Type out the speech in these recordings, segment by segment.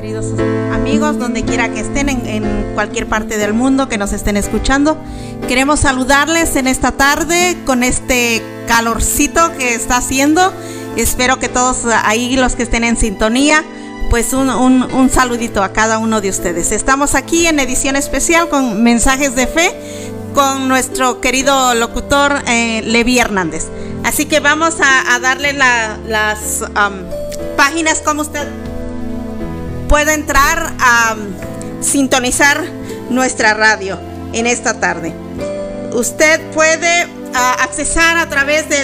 queridos amigos, donde quiera que estén, en cualquier parte del mundo que nos estén escuchando. Queremos saludarles en esta tarde con este calorcito que está haciendo. Espero que todos ahí, los que estén en sintonía, pues un saludito a cada uno de ustedes. Estamos aquí en edición especial con Mensajes de Fe con nuestro querido locutor Levi Hernández. Así que vamos a darle las páginas como usted puede entrar a sintonizar nuestra radio en esta tarde. Usted puede accesar a través de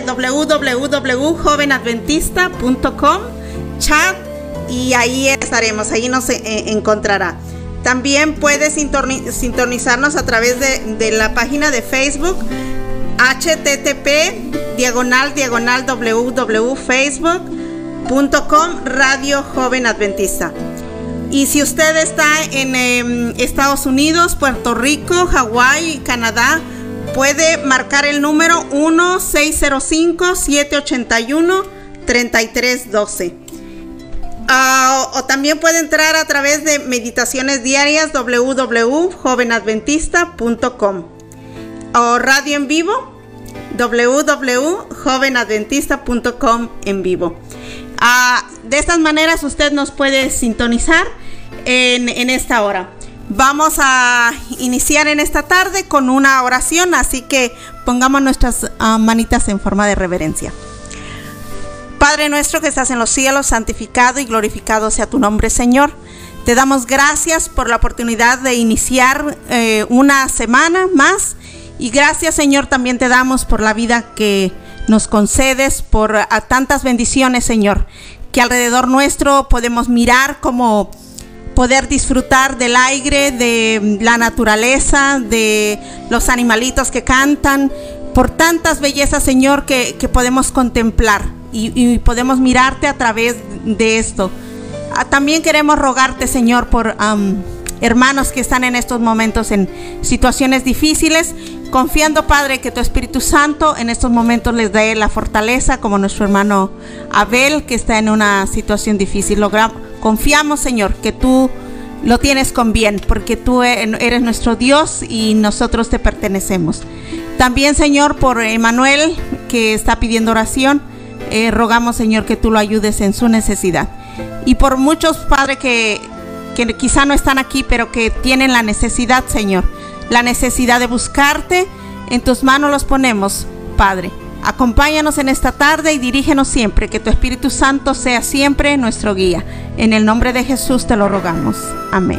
www.jovenadventista.com chat, y ahí estaremos, ahí nos encontrará. También puede sintonizarnos a través de la página de Facebook http://www.facebook.com Radio Joven Adventista. Y si usted está en Estados Unidos, Puerto Rico, Hawái, Canadá, puede marcar el número 1-605-781-3312. O también puede entrar a través de Meditaciones Diarias, www.jovenadventista.com, o radio en vivo, www.jovenadventista.com en vivo. De estas maneras usted nos puede sintonizar en esta hora. Vamos a iniciar en esta tarde con una oración, así que pongamos nuestras manitas en forma de reverencia. Padre nuestro que estás en los cielos, santificado y glorificado sea tu nombre, Señor. Te damos gracias por la oportunidad de iniciar una semana más, y gracias, Señor, también te damos por la vida que nos concedes, por tantas bendiciones, Señor, que alrededor nuestro podemos mirar, como poder disfrutar del aire, de la naturaleza, de los animalitos que cantan, por tantas bellezas, Señor, que podemos contemplar y podemos mirarte a través de esto. También queremos rogarte, Señor, por hermanos que están en estos momentos en situaciones difíciles, confiando, Padre, que tu Espíritu Santo en estos momentos les dé la fortaleza, como nuestro hermano Abel, que está en una situación difícil. Confiamos, Señor, que tú lo tienes con bien, porque tú eres nuestro Dios y nosotros te pertenecemos. También, Señor, por Emanuel, que está pidiendo oración, rogamos, Señor, que tú lo ayudes en su necesidad. Y por muchos, Padre, que quizá no están aquí, pero que tienen la necesidad, Señor, la necesidad de buscarte, en tus manos los ponemos, Padre. Acompáñanos en esta tarde y dirígenos siempre, que tu Espíritu Santo sea siempre nuestro guía. En el nombre de Jesús te lo rogamos. Amén.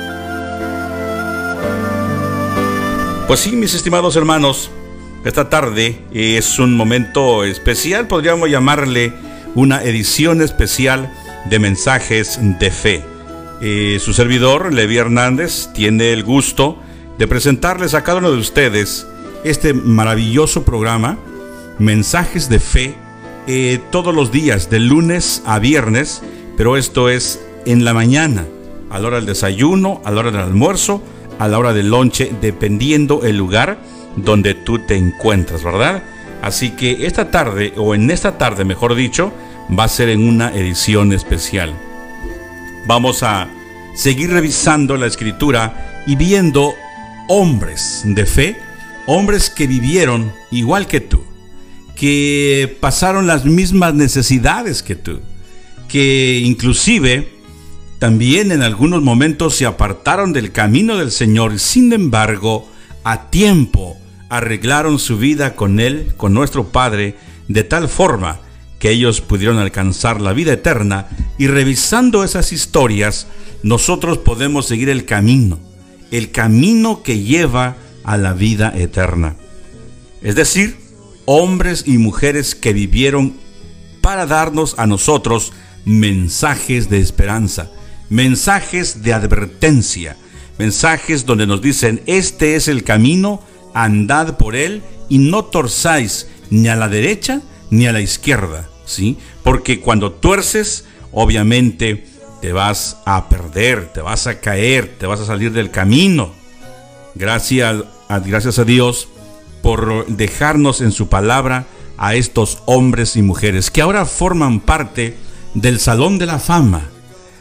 Pues sí, mis estimados hermanos, esta tarde es un momento especial, podríamos llamarle una edición especial de Mensajes de Fe. Su servidor, Levi Hernández, tiene el gusto de presentarles a cada uno de ustedes este maravilloso programa, Mensajes de Fe, todos los días, de lunes a viernes, pero esto es en la mañana, a la hora del desayuno, a la hora del almuerzo, a la hora del lonche, dependiendo el lugar donde tú te encuentras, ¿verdad? Así que esta tarde, o en esta tarde mejor dicho, va a ser en una edición especial. Vamos a seguir revisando la Escritura y viendo hombres de fe, hombres que vivieron igual que tú, que pasaron las mismas necesidades que tú, que inclusive también en algunos momentos se apartaron del camino del Señor y sin embargo a tiempo arreglaron su vida con Él, con nuestro Padre, de tal forma que ellos pudieron alcanzar la vida eterna. Y revisando esas historias, nosotros podemos seguir el camino que lleva a la vida eterna. Es decir, hombres y mujeres que vivieron para darnos a nosotros mensajes de esperanza, mensajes de advertencia, mensajes donde nos dicen: este es el camino, andad por él y no torzáis ni a la derecha ni a la izquierda, ¿sí? Porque cuando tuerces, obviamente te vas a perder, te vas a caer, te vas a salir del camino. Gracias a Dios por dejarnos en su palabra a estos hombres y mujeres que ahora forman parte del Salón de la Fama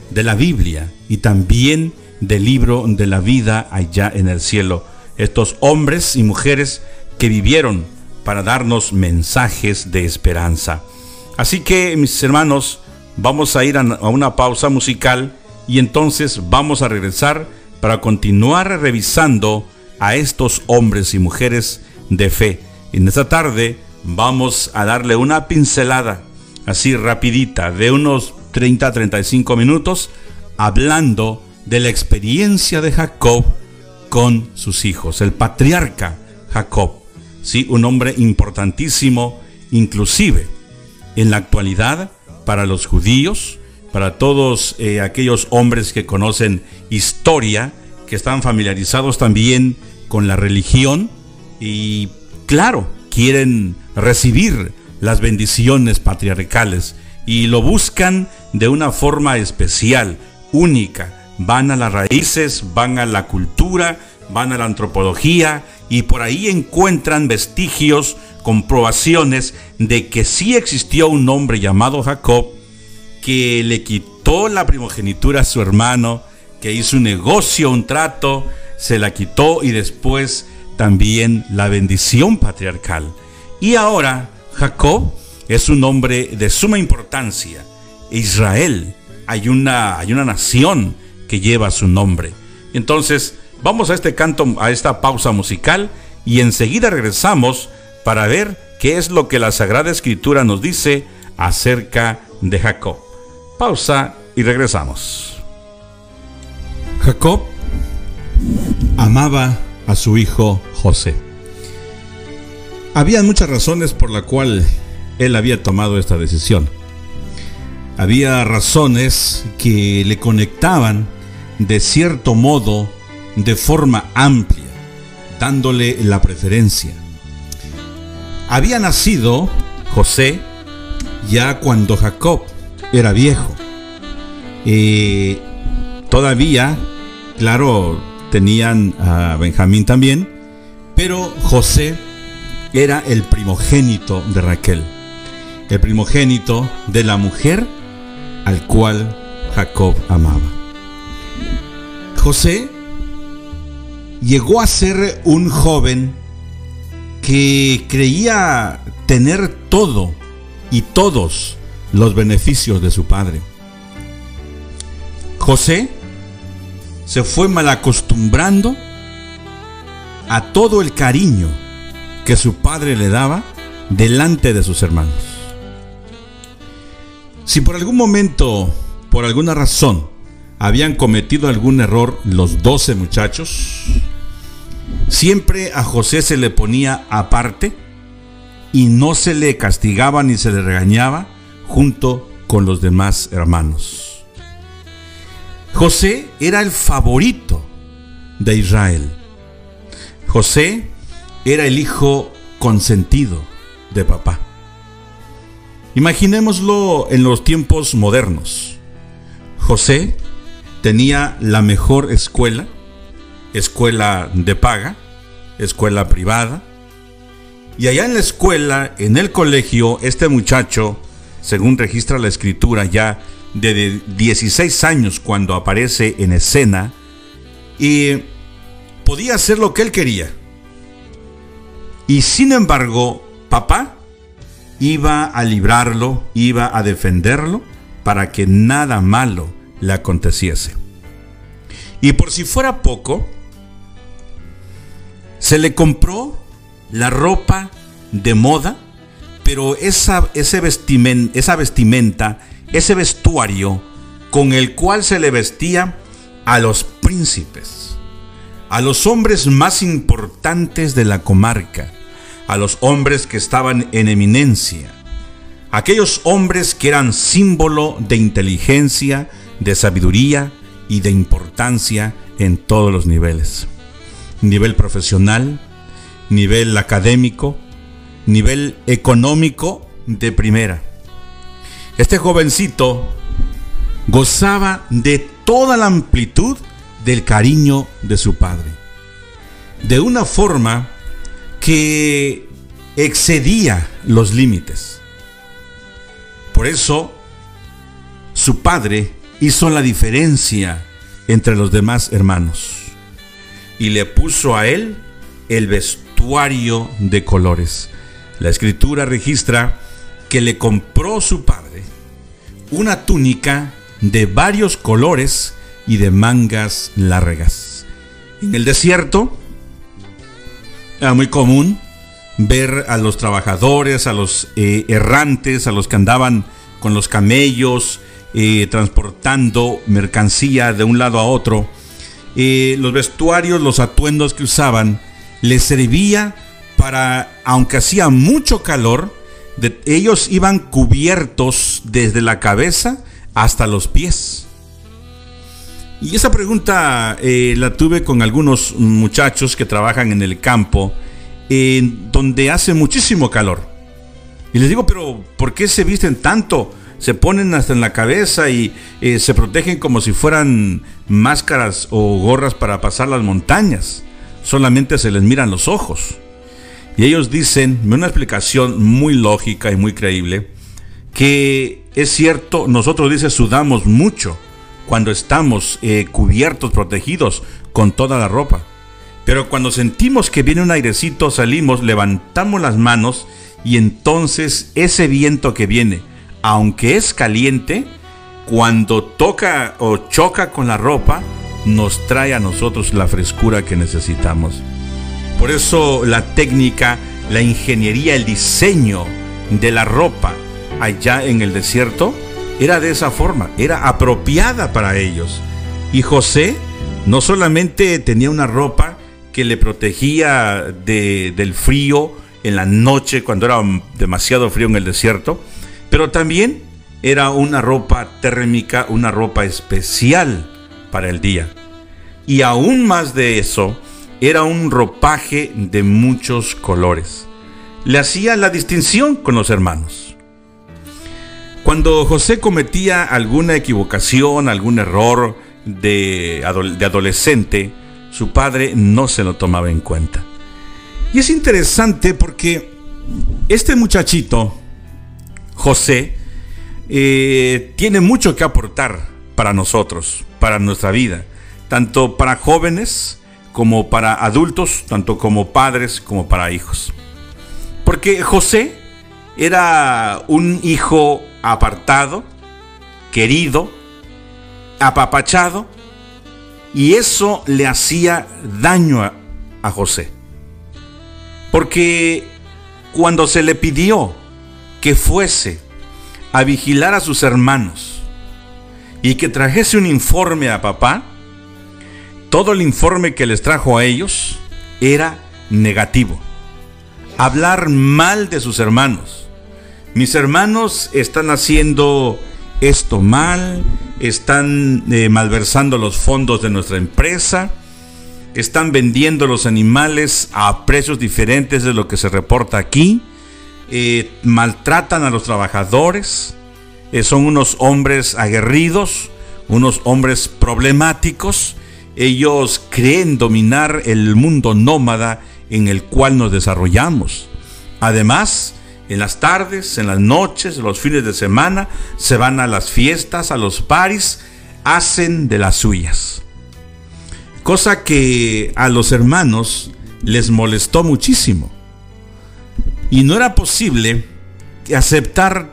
de la Biblia y también del libro de la vida allá en el cielo. Estos hombres y mujeres que vivieron para darnos mensajes de esperanza. Así que, mis hermanos, vamos a ir a una pausa musical y entonces vamos a regresar para continuar revisando a estos hombres y mujeres de fe. En esta tarde vamos a darle una pincelada así rapidita de unos 30-35 minutos hablando de la experiencia de Jacob con sus hijos, el patriarca Jacob, ¿sí? Un hombre importantísimo, inclusive en la actualidad para los judíos, para todos aquellos hombres que conocen historia, que están familiarizados también con la religión y, claro, quieren recibir las bendiciones patriarcales y lo buscan de una forma especial, única. Van a las raíces, van a la cultura, van a la antropología y por ahí encuentran vestigios, comprobaciones de que sí existió un hombre llamado Jacob que le quitó la primogenitura a su hermano, que hizo un negocio, un trato, se la quitó y después también la bendición patriarcal. Y ahora Jacob es un hombre de suma importancia. Israel, hay una nación que lleva su nombre. Entonces, vamos a este canto, a esta pausa musical y enseguida regresamos para ver qué es lo que la Sagrada Escritura nos dice acerca de Jacob. Pausa y regresamos. Jacob amaba a su hijo José. Había muchas razones por las cuales él había tomado esta decisión. Había razones que le conectaban de cierto modo, de forma amplia, dándole la preferencia. Había nacido José ya cuando Jacob era viejo. Todavía, claro, tenían a Benjamín también, pero José era el primogénito de Raquel, el primogénito de la mujer al cual Jacob amaba. José llegó a ser un joven que creía tener todo y todos los beneficios de su padre. José se fue malacostumbrando a todo el cariño que su padre le daba delante de sus hermanos. Si por algún momento, por alguna razón, habían cometido algún error los 12 muchachos, siempre a José se le ponía aparte y no se le castigaba ni se le regañaba junto con los demás hermanos. José era el favorito de Israel. José era el hijo consentido de papá. Imaginémoslo en los tiempos modernos. José tenía la mejor escuela de paga, escuela privada, y allá en la escuela, en el colegio, este muchacho, según registra la escritura, ya de 16 años cuando aparece en escena, y podía hacer lo que él quería. Y sin embargo, papá iba a librarlo, iba a defenderlo para que nada malo le aconteciese. Y por si fuera poco, se le compró la ropa de moda, pero esa vestimenta, ese vestuario con el cual se le vestía a los príncipes, a los hombres más importantes de la comarca, a los hombres que estaban en eminencia, aquellos hombres que eran símbolo de inteligencia, de sabiduría y de importancia en todos los niveles. Nivel profesional, nivel académico, nivel económico de primera. Este jovencito gozaba de toda la amplitud del cariño de su padre, de una forma que excedía los límites. Por eso, su padre hizo la diferencia entre los demás hermanos y le puso a él el vestuario de colores. La escritura registra que le compró su padre una túnica de varios colores y de mangas largas. En el desierto era muy común ver a los trabajadores, a los errantes, a los que andaban con los camellos, transportando mercancía de un lado a otro. Los vestuarios, los atuendos que usaban, les servía para, aunque hacía mucho calor, ellos iban cubiertos desde la cabeza hasta los pies. Y esa pregunta la tuve con algunos muchachos que trabajan en el campo, donde hace muchísimo calor. Y les digo, pero ¿por qué se visten tanto? Se ponen hasta en la cabeza y se protegen como si fueran máscaras o gorras para pasar las montañas. Solamente se les miran los ojos. Y ellos dicen, una explicación muy lógica y muy creíble, que es cierto, nosotros, dice, sudamos mucho cuando estamos cubiertos, protegidos con toda la ropa. Pero cuando sentimos que viene un airecito, salimos, levantamos las manos y entonces ese viento que viene, aunque es caliente, cuando toca o choca con la ropa, nos trae a nosotros la frescura que necesitamos. Por eso la técnica, la ingeniería, el diseño de la ropa allá en el desierto era de esa forma, era apropiada para ellos. Y José no solamente tenía una ropa que le protegía del frío en la noche cuando era demasiado frío en el desierto, pero también era una ropa térmica, una ropa especial para el día. Y aún más de eso, era un ropaje de muchos colores. Le hacía la distinción con los hermanos. Cuando José cometía alguna equivocación, algún error de adolescente, su padre no se lo tomaba en cuenta. Y es interesante porque este muchachito, José, tiene mucho que aportar para nosotros, para nuestra vida, tanto para jóvenes como para adultos, tanto como padres como para hijos. Porque José era un hijo apartado, querido, apapachado, y eso le hacía daño a José. Porque cuando se le pidió que fuese a vigilar a sus hermanos y que trajese un informe a papá, todo el informe que les trajo a ellos era negativo. Hablar mal de sus hermanos. Mis hermanos están haciendo esto mal, están malversando los fondos de nuestra empresa, están vendiendo los animales a precios diferentes de lo que se reporta aquí, maltratan a los trabajadores, son unos hombres aguerridos, unos hombres problemáticos. Ellos creen dominar el mundo nómada en el cual nos desarrollamos. Además, en las tardes, en las noches, los fines de semana, se van a las fiestas, a los paris, hacen de las suyas. Cosa que a los hermanos les molestó muchísimo. Y no era posible aceptar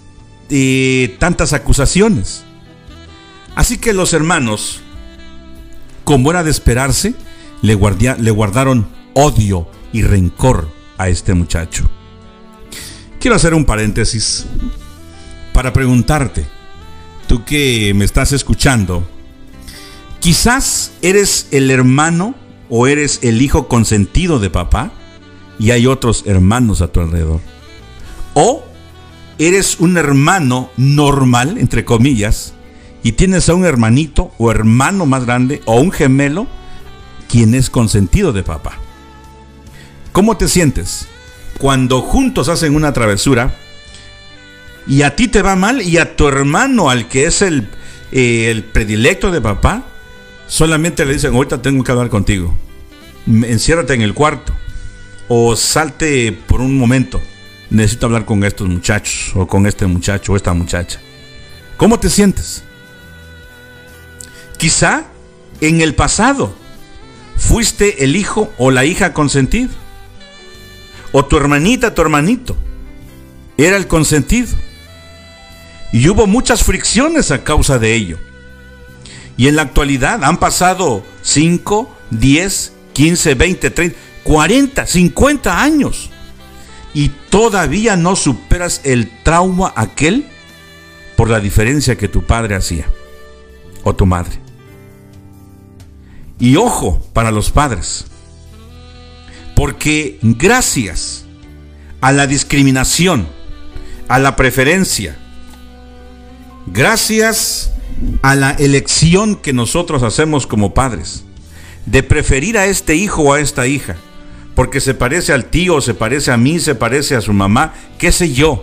tantas acusaciones. Así que los hermanos, como era de esperarse, le guardaron odio y rencor a este muchacho. Quiero hacer un paréntesis para preguntarte, tú que me estás escuchando, quizás eres el hermano o eres el hijo consentido de papá y hay otros hermanos a tu alrededor. O eres un hermano normal, entre comillas, y tienes a un hermanito o hermano más grande o un gemelo quien es consentido de papá. ¿Cómo te sientes cuando juntos hacen una travesura y a ti te va mal y a tu hermano, al que es el predilecto de papá, solamente le dicen: ahorita tengo que hablar contigo, enciérrate en el cuarto o salte por un momento, necesito hablar con estos muchachos o con este muchacho o esta muchacha? ¿Cómo te sientes? Quizá en el pasado fuiste el hijo o la hija consentido. O tu hermanita, tu hermanito era el consentido. Y hubo muchas fricciones a causa de ello. Y en la actualidad han pasado 5, 10, 15, 20, 30, 40, 50 años. Y todavía no superas el trauma aquel por la diferencia que tu padre hacía o tu madre. Y ojo para los padres, porque gracias a la discriminación, a la preferencia, gracias a la elección que nosotros hacemos como padres, de preferir a este hijo o a esta hija, porque se parece al tío, se parece a mí, se parece a su mamá, qué sé yo,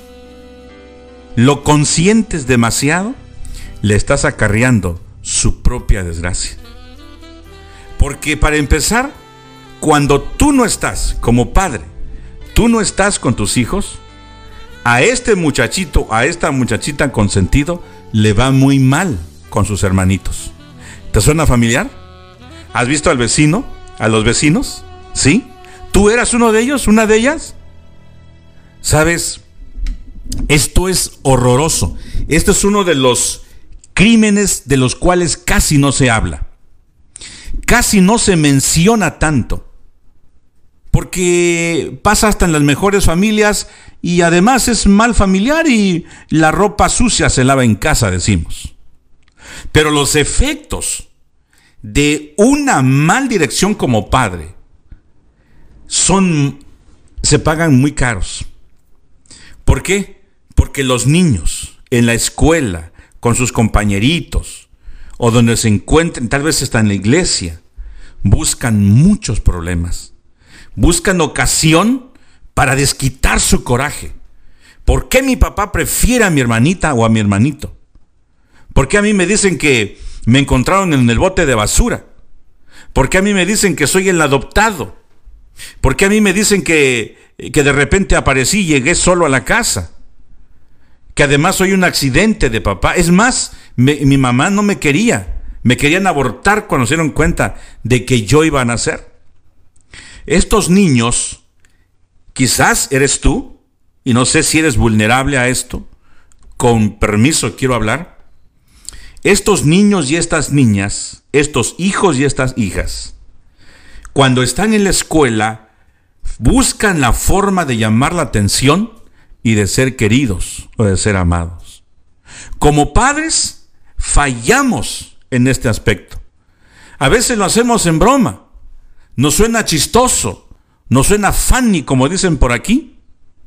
lo consientes demasiado, le estás acarreando su propia desgracia. Porque para empezar, cuando tú no estás como padre, tú no estás con tus hijos, a este muchachito, a esta muchachita consentido, le va muy mal con sus hermanitos. ¿Te suena familiar? ¿Has visto al vecino? ¿A los vecinos? ¿Sí? ¿Tú eras uno de ellos? ¿Una de ellas? ¿Sabes? Esto es horroroso. Esto es uno de los crímenes de los cuales casi no se habla. Casi no se menciona tanto. Porque pasa hasta en las mejores familias y además es mal familiar y la ropa sucia se lava en casa, decimos. Pero los efectos de una mal dirección como padre se pagan muy caros. ¿Por qué? Porque los niños en la escuela, con sus compañeritos, o donde se encuentren, tal vez hasta en la iglesia, buscan muchos problemas. Buscan ocasión para desquitar su coraje. ¿Por qué mi papá prefiere a mi hermanita o a mi hermanito? ¿Por qué a mí me dicen que me encontraron en el bote de basura? ¿Por qué a mí me dicen que soy el adoptado? ¿Por qué a mí me dicen que de repente aparecí y llegué solo a la casa? Que además soy un accidente de papá. Es más, mi mamá no me quería. Me querían abortar cuando se dieron cuenta de que yo iba a nacer. Estos niños, quizás eres tú, y no sé si eres vulnerable a esto. Con permiso quiero hablar. Estos niños y estas niñas, estos hijos y estas hijas, cuando están en la escuela, buscan la forma de llamar la atención y de ser queridos o de ser amados. Como padres, fallamos en este aspecto. A veces lo hacemos en broma. Nos suena chistoso, nos suena funny, como dicen por aquí.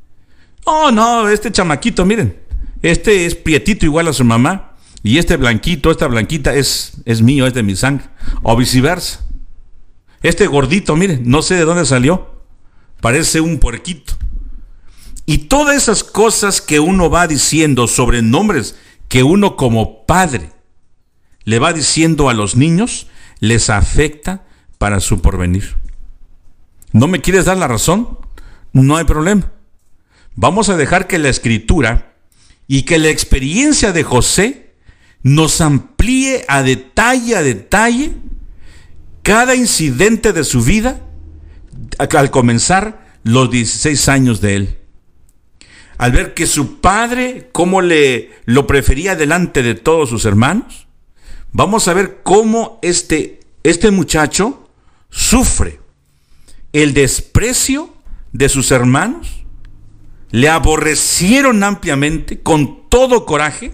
Oh, no, este chamaquito, miren, este es prietito igual a su mamá, y este blanquito, esta blanquita es mío, es de mi sangre, o viceversa. Este gordito, miren, no sé de dónde salió, parece un puerquito. Y todas esas cosas que uno va diciendo, sobrenombres que uno como padre le va diciendo a los niños, les afecta para su porvenir. ¿No me quieres dar la razón? No hay problema. Vamos a dejar que la escritura y que la experiencia de José nos amplíe a detalle cada incidente de su vida al comenzar los 16 años de él. Al ver que su padre, cómo lo prefería delante de todos sus hermanos, vamos a ver cómo este muchacho sufre el desprecio de sus hermanos, le aborrecieron ampliamente, con todo coraje,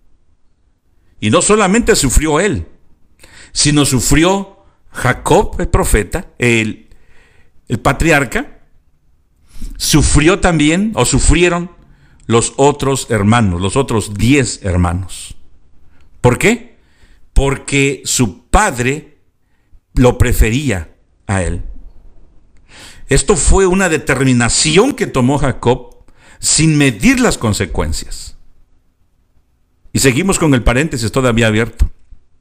y no solamente sufrió él, sino sufrió Jacob, el profeta, el patriarca, sufrió también, o sufrieron los otros hermanos, los otros 10 hermanos. ¿Por qué? Porque su padre lo prefería a él. Esto fue una determinación que tomó Jacob sin medir las consecuencias. Y seguimos con el paréntesis todavía abierto.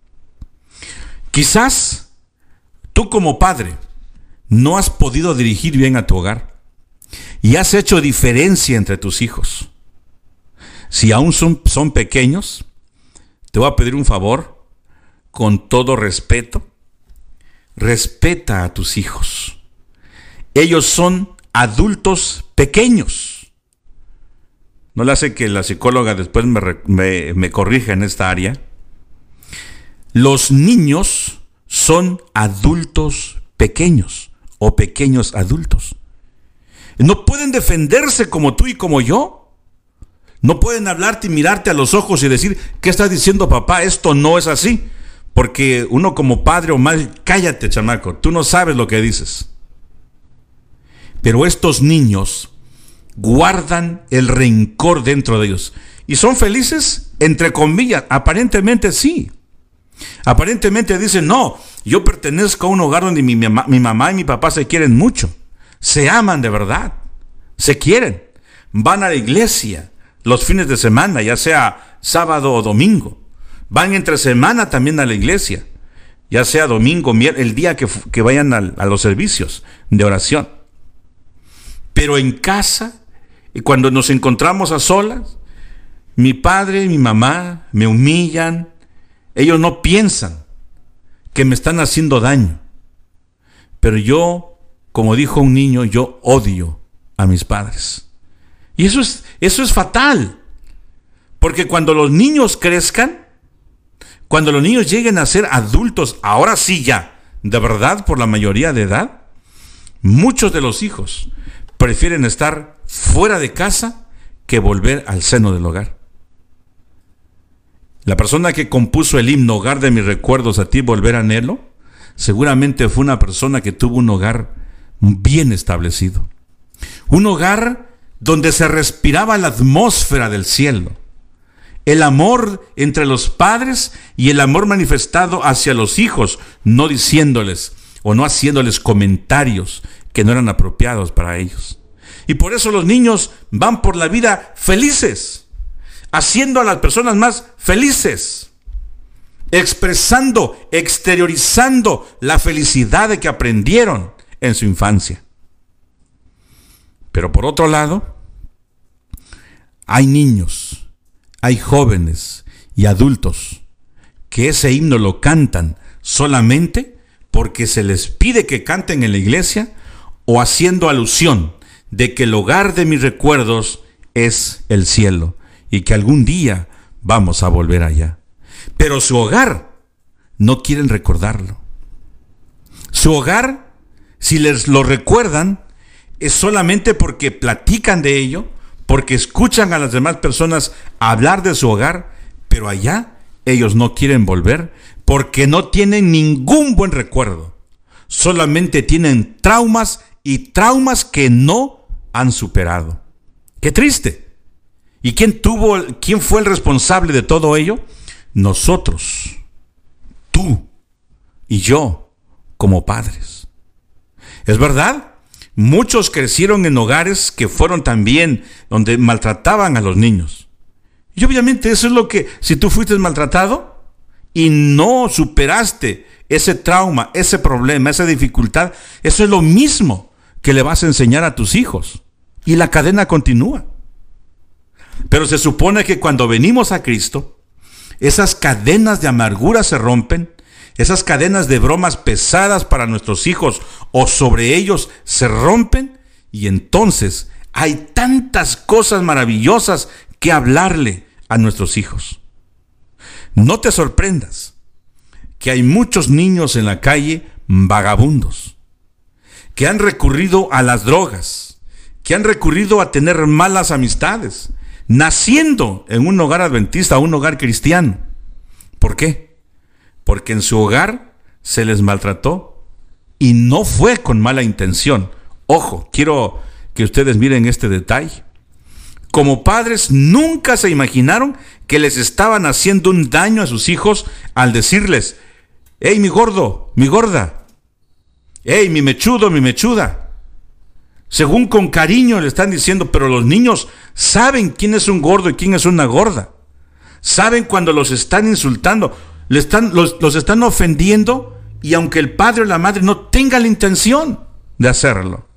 Quizás tú como padre no has podido dirigir bien a tu hogar y has hecho diferencia entre tus hijos. Si aún son pequeños, te voy a pedir un favor. con todo respeto, respeta a tus hijos. Ellos son adultos pequeños. No le hace que la psicóloga después me corrija en esta área. Los niños son adultos pequeños o pequeños adultos. No pueden defenderse como tú y como yo. No pueden hablarte y mirarte a los ojos y decir, ¿qué estás diciendo, papá? Esto no es así. Porque uno como padre o madre, cállate, chamaco, tú no sabes lo que dices. Pero estos niños guardan el rencor dentro de ellos. ¿Y son felices? Entre comillas, aparentemente sí. Aparentemente dicen, no, yo pertenezco a un hogar donde mi mamá y mi papá se quieren mucho. Se aman de verdad. Se quieren. Van a la iglesia los fines de semana, ya sea sábado o domingo. Van entre semana también a la iglesia, ya sea domingo, el día que vayan a los servicios de oración. Pero en casa, y cuando nos encontramos a solas, mi padre y mi mamá me humillan. Ellos no piensan que me están haciendo daño. Pero yo, como dijo un niño, yo odio a mis padres. Y eso es fatal. Porque cuando los niños crezcan, cuando los niños lleguen a ser adultos, ahora sí ya, de verdad, por la mayoría de edad, muchos de los hijos prefieren estar fuera de casa que volver al seno del hogar. La persona que compuso el himno Hogar de mis recuerdos, a ti volver anhelo, seguramente fue una persona que tuvo un hogar bien establecido. Un hogar donde se respiraba la atmósfera del cielo. El amor entre los padres y el amor manifestado hacia los hijos, no diciéndoles o no haciéndoles comentarios que no eran apropiados para ellos. Y por eso los niños van por la vida felices, haciendo a las personas más felices, expresando, exteriorizando la felicidad de que aprendieron en su infancia. Pero por otro lado, hay niños, hay jóvenes y adultos que ese himno lo cantan solamente porque se les pide que canten en la iglesia o haciendo alusión de que el hogar de mis recuerdos es el cielo y que algún día vamos a volver allá. Pero su hogar no quieren recordarlo. Su hogar, si les lo recuerdan, es solamente porque platican de ello, porque escuchan a las demás personas hablar de su hogar, pero allá ellos no quieren volver porque no tienen ningún buen recuerdo. Solamente tienen traumas y traumas que no han superado. ¡Qué triste! ¿Y quién fue el responsable de todo ello? Nosotros, tú y yo, como padres. ¿Es verdad? Muchos crecieron en hogares que fueron también donde maltrataban a los niños. Y obviamente eso es lo que, si tú fuiste maltratado y no superaste ese trauma, ese problema, esa dificultad, eso es lo mismo que le vas a enseñar a tus hijos. Y la cadena continúa. Pero se supone que cuando venimos a Cristo, esas cadenas de amargura se rompen, esas cadenas de bromas pesadas para nuestros hijos o sobre ellos se rompen, y entonces hay tantas cosas maravillosas que hablarle a nuestros hijos. No te sorprendas que hay muchos niños en la calle vagabundos, que han recurrido a las drogas, que han recurrido a tener malas amistades, naciendo en un hogar adventista, un hogar cristiano. ¿Por qué? Porque en su hogar se les maltrató y no fue con mala intención. Ojo, quiero que ustedes miren este detalle. Como padres nunca se imaginaron que les estaban haciendo un daño a sus hijos al decirles: ¡hey, mi gordo, mi gorda! ¡hey, mi mechudo, mi mechuda! Según con cariño le están diciendo, pero los niños saben quién es un gordo y quién es una gorda. Saben cuando los están insultando, los están ofendiendo, y aunque el padre o la madre no tenga la intención de hacerlo.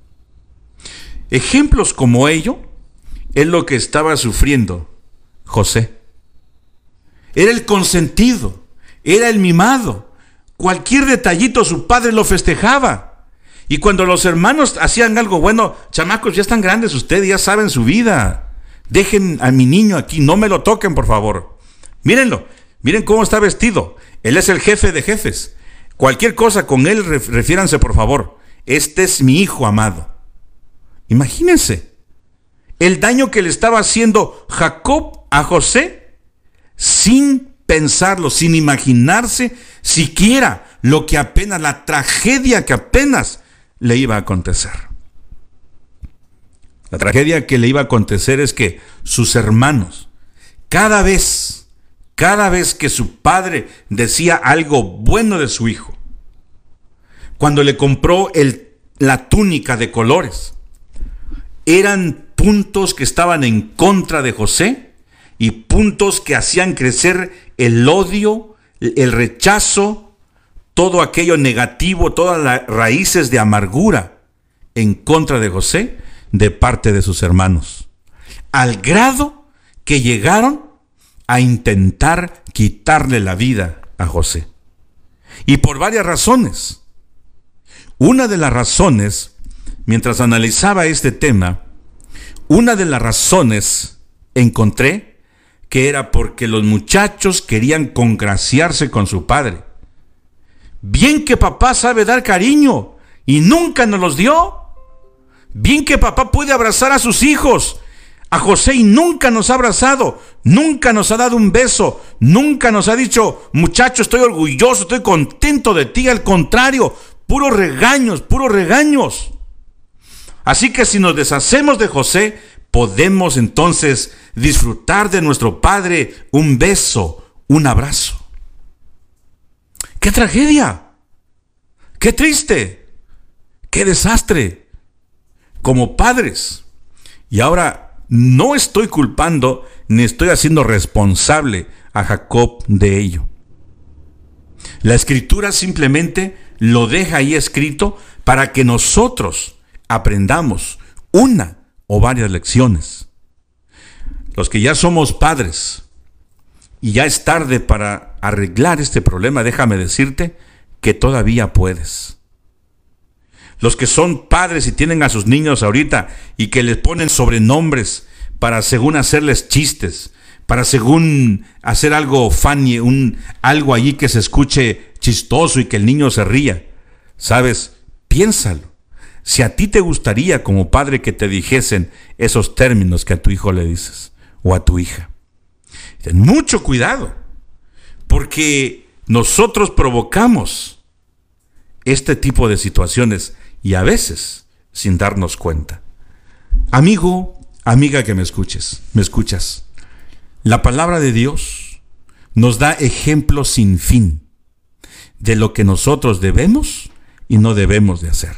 Ejemplos como ello es lo que estaba sufriendo José. Era el consentido, era el mimado. Cualquier detallito su padre lo festejaba. Y cuando los hermanos hacían algo bueno, chamacos, ya están grandes ustedes, ya saben su vida. Dejen a mi niño aquí, no me lo toquen, por favor. Mírenlo, miren cómo está vestido. Él es el jefe de jefes. Cualquier cosa con él, refiéranse, por favor. Este es mi hijo amado. Imagínense el daño que le estaba haciendo Jacob a José sin pensarlo, sin imaginarse siquiera lo que apenas, la tragedia que apenas le iba a acontecer. La tragedia que le iba a acontecer es que sus hermanos, cada vez que su padre decía algo bueno de su hijo, cuando le compró la túnica de colores, eran puntos que estaban en contra de José y puntos que hacían crecer el odio, el rechazo, todo aquello negativo, todas las raíces de amargura en contra de José de parte de sus hermanos, al grado que llegaron a intentar quitarle la vida a José. Y por varias razones. Una de las razones, mientras analizaba este tema, una de las razones encontré que era porque los muchachos querían congraciarse con su padre. Bien que papá sabe dar cariño y nunca nos los dio. Bien que papá puede abrazar a sus hijos, a José, y nunca nos ha abrazado, nunca nos ha dado un beso, nunca nos ha dicho, muchacho, estoy orgulloso, estoy contento de ti. Al contrario, puros regaños, puros regaños. Así que si nos deshacemos de José, podemos entonces disfrutar de nuestro padre un beso, un abrazo. ¡Qué tragedia! ¡Qué triste! ¡Qué desastre! Como padres. Y ahora no estoy culpando ni estoy haciendo responsable a Jacob de ello. La Escritura simplemente lo deja ahí escrito para que nosotros aprendamos una o varias lecciones. Los que ya somos padres y ya es tarde para arreglar este problema, déjame decirte que todavía puedes. Los que son padres y tienen a sus niños ahorita y que les ponen sobrenombres para según hacerles chistes, para según hacer algo funny, algo allí que se escuche chistoso y que el niño se ría. ¿Sabes? Piénsalo. Si a ti te gustaría como padre que te dijesen esos términos que a tu hijo le dices o a tu hija. Ten mucho cuidado, porque nosotros provocamos este tipo de situaciones y a veces sin darnos cuenta. Amigo, amiga que me escuchas. La palabra de Dios nos da ejemplos sin fin de lo que nosotros debemos y no debemos de hacer.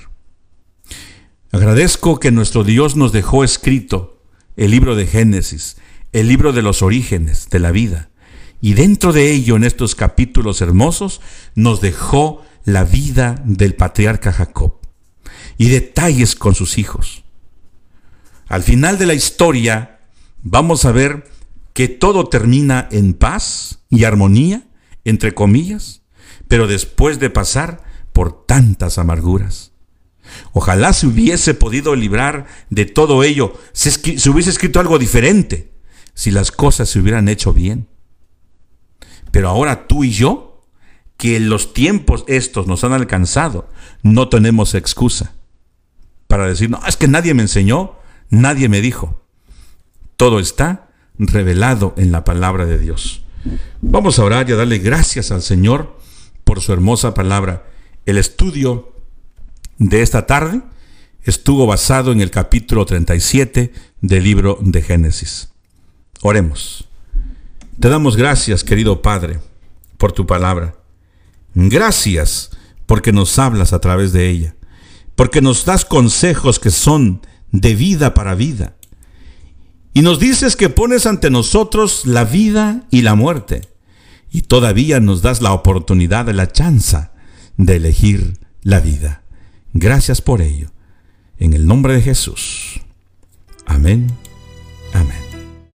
Agradezco que nuestro Dios nos dejó escrito el libro de Génesis, el libro de los orígenes de la vida, y dentro de ello, en estos capítulos hermosos, nos dejó la vida del patriarca Jacob y detalles con sus hijos. Al final de la historia vamos a ver que todo termina en paz y armonía, entre comillas, pero después de pasar por tantas amarguras. Ojalá se hubiese podido librar de todo ello, se hubiese escrito algo diferente, si las cosas se hubieran hecho bien. Pero ahora tú y yo, que los tiempos estos nos han alcanzado, no tenemos excusa para decir, no, es que nadie me enseñó, nadie me dijo. Todo está revelado en la palabra de Dios. Vamos a orar y a darle gracias al Señor por su hermosa palabra. El estudio de esta tarde estuvo basado en el capítulo 37 del libro de Génesis. Oremos. Te damos gracias, querido Padre, por tu palabra. Gracias porque nos hablas a través de ella, porque nos das consejos que son de vida para vida. Y nos dices que pones ante nosotros la vida y la muerte, y todavía nos das la oportunidad de la chance de elegir la vida. Gracias por ello. En el nombre de Jesús. Amén. Amén.